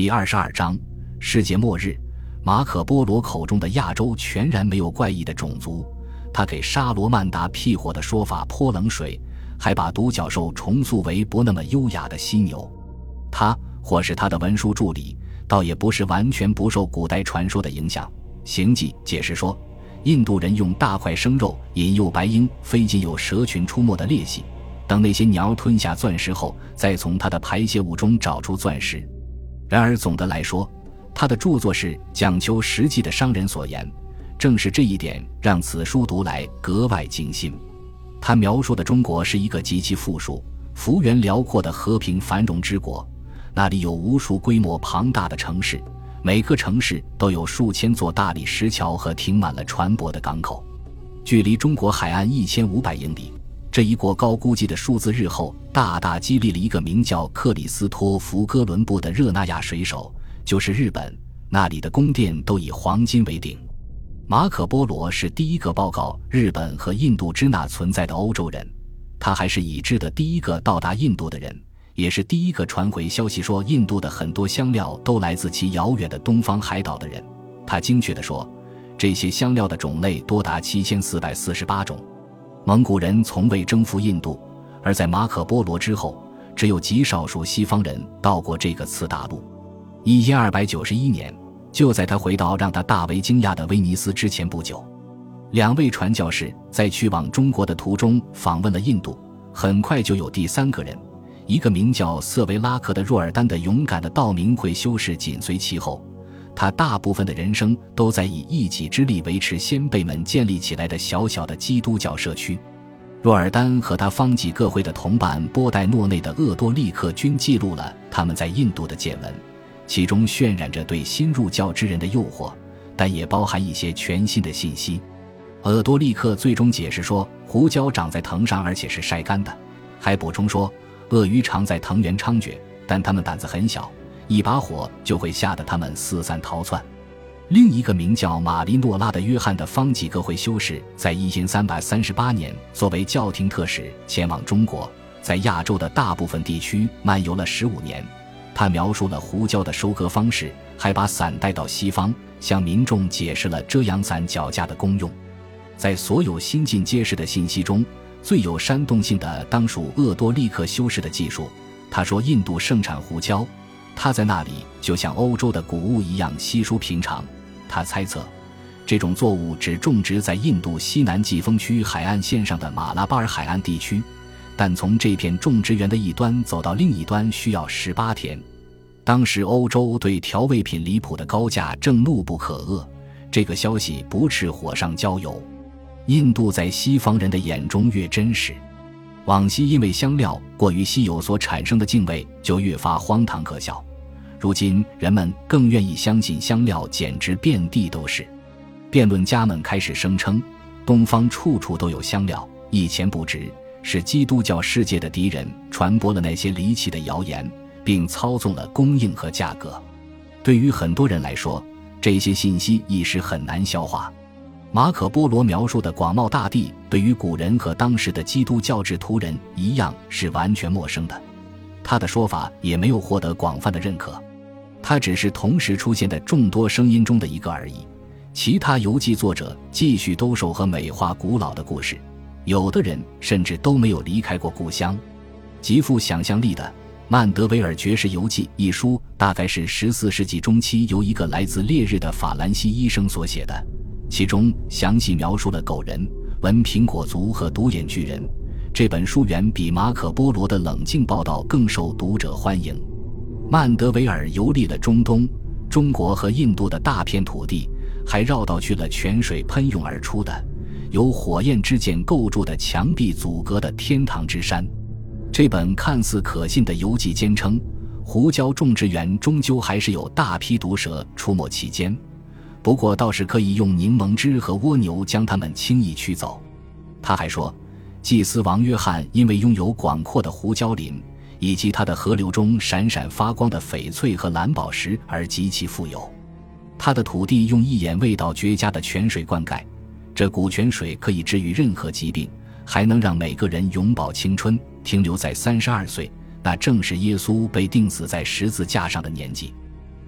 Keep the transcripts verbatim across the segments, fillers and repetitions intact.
第二十二章世界末日。马可波罗口中的亚洲全然没有怪异的种族，他给沙罗曼达屁火的说法泼冷水，还把独角兽重塑为不那么优雅的犀牛。他或是他的文书助理倒也不是完全不受古代传说的影响。行记解释说，印度人用大块生肉引诱白鹰飞进有蛇群出没的裂隙，等那些鸟吞下钻石后，再从它的排泄物中找出钻石。然而总的来说，他的著作是讲求实际的商人所言，正是这一点让此书读来格外精心。他描述的中国是一个极其富庶、幅员辽阔的和平繁荣之国，那里有无数规模庞大的城市，每个城市都有数千座大理石桥和停满了船舶的港口。距离中国海岸一千五百英里，这一过高估计的数字日后大大激励了一个名叫克里斯托弗·哥伦布的热那亚水手，就是日本，那里的宫殿都以黄金为顶。马可波罗是第一个报告日本和印度支那存在的欧洲人，他还是已知的第一个到达印度的人，也是第一个传回消息说印度的很多香料都来自其遥远的东方海岛的人。他精确地说，这些香料的种类多达七千四百四十八种。蒙古人从未征服印度，而在马可波罗之后，只有极少数西方人到过这个次大陆。一千二百九十一年，就在他回到让他大为惊讶的威尼斯之前不久，两位传教士在去往中国的途中访问了印度。很快就有第三个人，一个名叫瑟维拉克的若尔丹的勇敢的道明会修士紧随其后。他大部分的人生都在以一己之力维持先辈们建立起来的小小的基督教社区。若尔丹和他方济各会的同伴波代诺内的鄂多利克均记录了他们在印度的见闻，其中渲染着对新入教之人的诱惑，但也包含一些全新的信息。鄂多利克最终解释说，胡椒长在藤上而且是晒干的，还补充说，鳄鱼常在藤原猖獗，但它们胆子很小，一把火就会吓得他们四散逃窜。另一个名叫玛丽诺拉的约翰的方济各会修士在一千三百三十八年作为教廷特使前往中国，在亚洲的大部分地区漫游了十五年。他描述了胡椒的收割方式，还把伞带到西方，向民众解释了遮阳伞脚架的功用。在所有新近揭示的信息中，最有煽动性的当属鄂多利克修士的技术。他说印度盛产胡椒，他在那里就像欧洲的谷物一样稀疏平常。他猜测这种作物只种植在印度西南季风区海岸线上的马拉巴尔海岸地区，但从这片种植园的一端走到另一端需要十八天。当时欧洲对调味品离谱的高价正怒不可遏，这个消息不啻火上浇油。印度在西方人的眼中越真实，往昔因为香料过于稀有所产生的敬畏就越发荒唐可笑。如今人们更愿意相信香料简直遍地都是。辩论家们开始声称，东方处处都有香料，一钱不值，是基督教世界的敌人传播了那些离奇的谣言，并操纵了供应和价格。对于很多人来说，这些信息一时很难消化。马可波罗描述的广袤大地对于古人和当时的基督教制图人一样是完全陌生的，他的说法也没有获得广泛的认可，他只是同时出现的众多声音中的一个而已。其他游记作者继续兜售和美化古老的故事，有的人甚至都没有离开过故乡。极富想象力的《曼德维尔爵士游记》一书大概是十四世纪中期由一个来自烈日的法兰西医生所写的，其中详细描述了狗人、闻苹果族和独眼巨人。这本书远比马可波罗的冷静报道更受读者欢迎。曼德维尔游历了中东、中国和印度的大片土地，还绕道去了泉水喷涌而出的、由火焰之剑构筑的墙壁阻隔的天堂之山。这本看似可信的游记坚称，胡椒种植园终究还是有大批毒蛇出没其间，不过倒是可以用柠檬汁和蜗牛将它们轻易驱走。他还说，祭司王约翰因为拥有广阔的胡椒林以及他的河流中闪闪发光的翡翠和蓝宝石而极其富有。他的土地用一眼味道绝佳的泉水灌溉，这股泉水可以治愈任何疾病，还能让每个人永葆青春，停留在三十二岁，那正是耶稣被钉死在十字架上的年纪。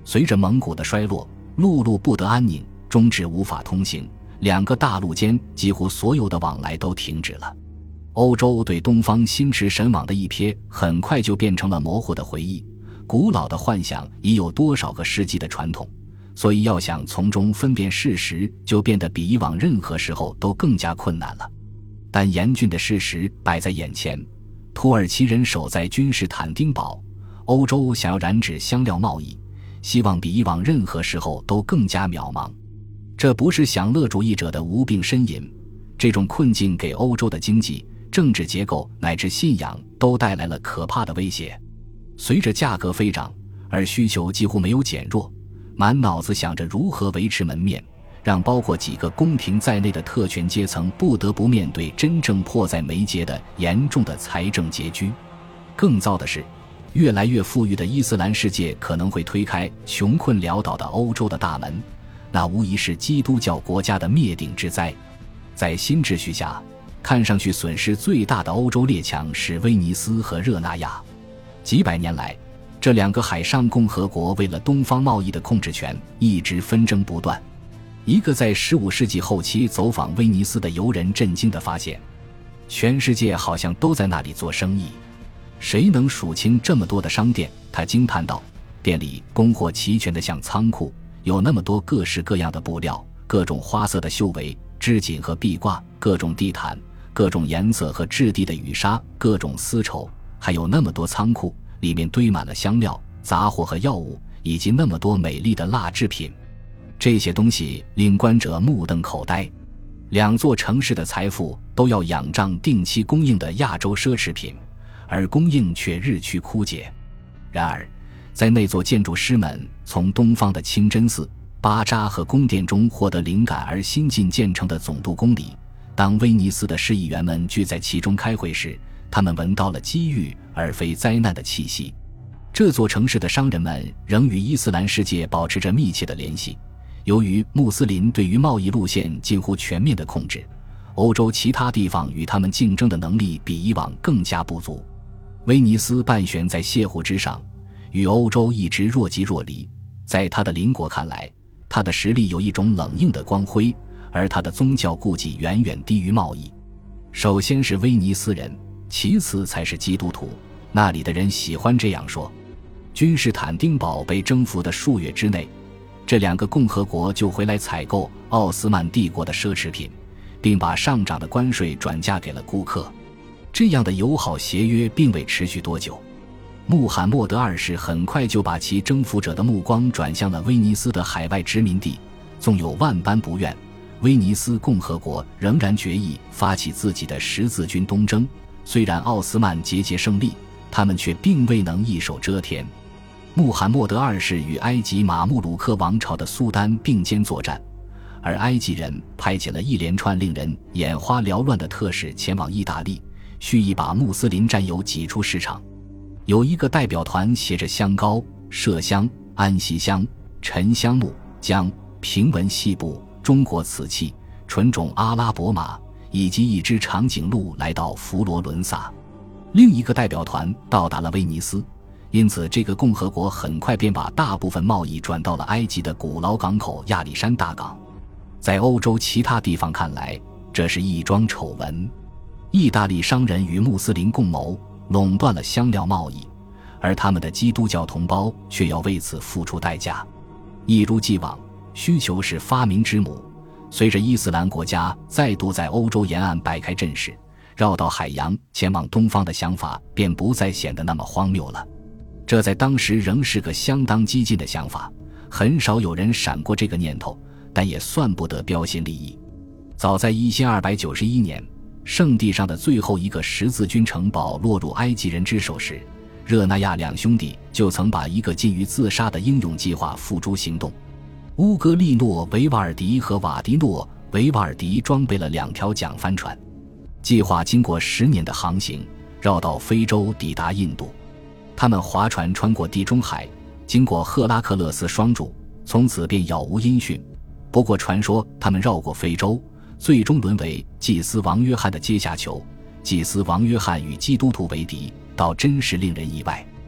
随着蒙古的衰落，陆路不得安宁，终至无法通行，两个大陆间几乎所有的往来都停止了。欧洲对东方心驰神往的一瞥很快就变成了模糊的回忆，古老的幻想已有多少个世纪的传统，所以要想从中分辨事实就变得比以往任何时候都更加困难了。但严峻的事实摆在眼前，土耳其人守在君士坦丁堡，欧洲想要染指香料贸易，希望比以往任何时候都更加渺茫。这不是享乐主义者的无病呻吟，这种困境给欧洲的经济、政治结构乃至信仰都带来了可怕的威胁。随着价格飞涨，而需求几乎没有减弱，满脑子想着如何维持门面，让包括几个宫廷在内的特权阶层不得不面对真正迫在眉睫的严重的财政拮据。更糟的是，越来越富裕的伊斯兰世界可能会推开穷困潦倒的欧洲的大门，那无疑是基督教国家的灭顶之灾。在新秩序下，看上去损失最大的欧洲列强是威尼斯和热那亚。几百年来，这两个海上共和国为了东方贸易的控制权一直纷争不断。一个在十五世纪后期走访威尼斯的游人震惊地发现，全世界好像都在那里做生意，谁能数清这么多的商店？他惊叹道，店里供货齐全得像仓库，有那么多各式各样的布料，各种花色的绣围、织锦和壁挂，各种地毯，各种颜色和质地的羽纱，各种丝绸，还有那么多仓库，里面堆满了香料、杂货和药物，以及那么多美丽的蜡制品。这些东西令观者目瞪口呆，两座城市的财富都要仰仗定期供应的亚洲奢侈品，而供应却日趋枯竭。然而，在那座建筑师们从东方的清真寺、巴扎和宫殿中获得灵感而新近建成的总督宫里，当威尼斯的市议员们聚在其中开会时，他们闻到了机遇而非灾难的气息。这座城市的商人们仍与伊斯兰世界保持着密切的联系。由于穆斯林对于贸易路线近乎全面的控制，欧洲其他地方与他们竞争的能力比以往更加不足。威尼斯半悬在泻湖之上，与欧洲一直若即若离。在他的邻国看来，他的实力有一种冷硬的光辉，而他的宗教顾忌远远低于贸易。首先是威尼斯人，其次才是基督徒，那里的人喜欢这样说。君士坦丁堡被征服的数月之内，这两个共和国就回来采购奥斯曼帝国的奢侈品，并把上涨的关税转嫁给了顾客。这样的友好协约并未持续多久，穆罕默德二世很快就把其征服者的目光转向了威尼斯的海外殖民地。纵有万般不愿，威尼斯共和国仍然决意发起自己的十字军东征。虽然奥斯曼节节胜利，他们却并未能一手遮天。穆罕默德二世与埃及马穆鲁克王朝的苏丹并肩作战，而埃及人派遣了一连串令人眼花缭乱的特使前往意大利，蓄意把穆斯林占有挤出市场。有一个代表团携着香膏、麝香、安息香、沉香木、姜、平纹细布、中国瓷器、纯种阿拉伯马以及一只长颈鹿来到佛罗伦萨。另一个代表团到达了威尼斯，因此这个共和国很快便把大部分贸易转到了埃及的古老港口亚历山大港。在欧洲其他地方看来，这是一桩丑闻。意大利商人与穆斯林共谋，垄断了香料贸易，而他们的基督教同胞却要为此付出代价。一如既往，需求是发明之母。随着伊斯兰国家再度在欧洲沿岸摆开阵势，绕道海洋前往东方的想法便不再显得那么荒谬了。这在当时仍是个相当激进的想法，很少有人闪过这个念头，但也算不得标新立异。早在一千二百九十一年，圣地上的最后一个十字军城堡落入埃及人之手时，热那亚两兄弟就曾把一个近于自杀的英勇计划付诸行动。乌格利诺·维瓦尔迪和瓦迪诺·维瓦尔迪装备了两条桨帆船，计划经过十年的航行，绕到非洲抵达印度。他们划船穿过地中海，经过赫拉克勒斯双柱，从此便杳无音讯。不过传说他们绕过非洲，最终沦为祭司王约翰的阶下囚。祭司王约翰与基督徒为敌，倒真是令人意外。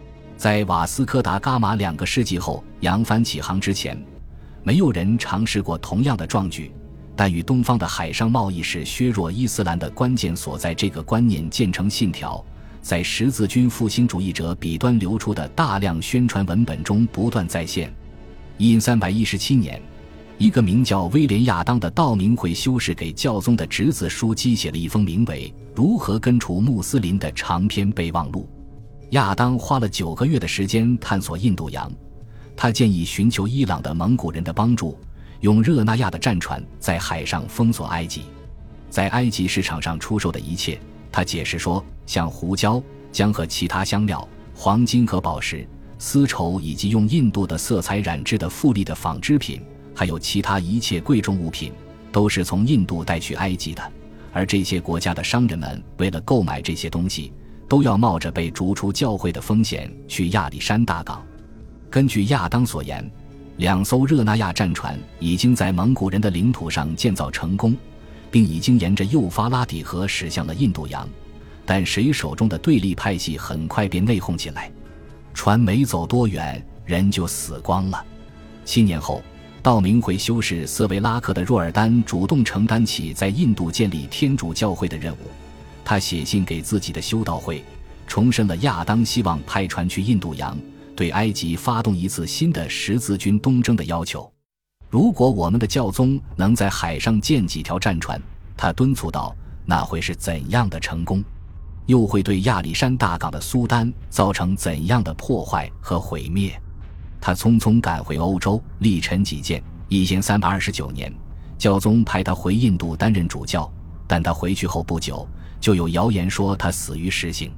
在瓦斯科达伽马两个世纪后扬帆起航之前，没有人尝试过同样的壮举，但与东方的海上贸易是削弱伊斯兰的关键所在，这个观念渐成信条，在十字军复兴主义者笔端流出的大量宣传文本中不断再现。因三百一十七年，一个名叫威廉·亚当的道明会修士给教宗的侄子书机写了一封名为《如何根除穆斯林》的长篇备忘录。亚当花了九个月的时间探索印度洋，他建议寻求伊朗的蒙古人的帮助，用热那亚的战船在海上封锁埃及。在埃及市场上出售的一切，他解释说，像胡椒、姜和其他香料、黄金和宝石、丝绸以及用印度的色彩染制的富丽的纺织品，还有其他一切贵重物品，都是从印度带去埃及的，而这些国家的商人们为了购买这些东西，都要冒着被逐出教会的风险去亚历山大港。根据亚当所言，两艘热那亚战船已经在蒙古人的领土上建造成功，并已经沿着幼发拉底河驶向了印度洋，但谁手中的对立派系很快便内讧起来，船没走多远，人就死光了。七年后，道明会修士瑟维拉克的若尔丹主动承担起在印度建立天主教会的任务，他写信给自己的修道会，重申了亚当希望派船去印度洋，对埃及发动一次新的十字军东征的要求。如果我们的教宗能在海上建几条战船，他敦促道，那会是怎样的成功，又会对亚历山大港的苏丹造成怎样的破坏和毁灭。他匆匆赶回欧洲，力陈己见。一千三百二十九年，教宗派他回印度担任主教，但他回去后不久，就有谣言说他死于实行。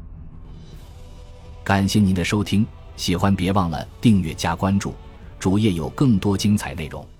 感谢您的收听，喜欢别忘了订阅加关注，主页有更多精彩内容。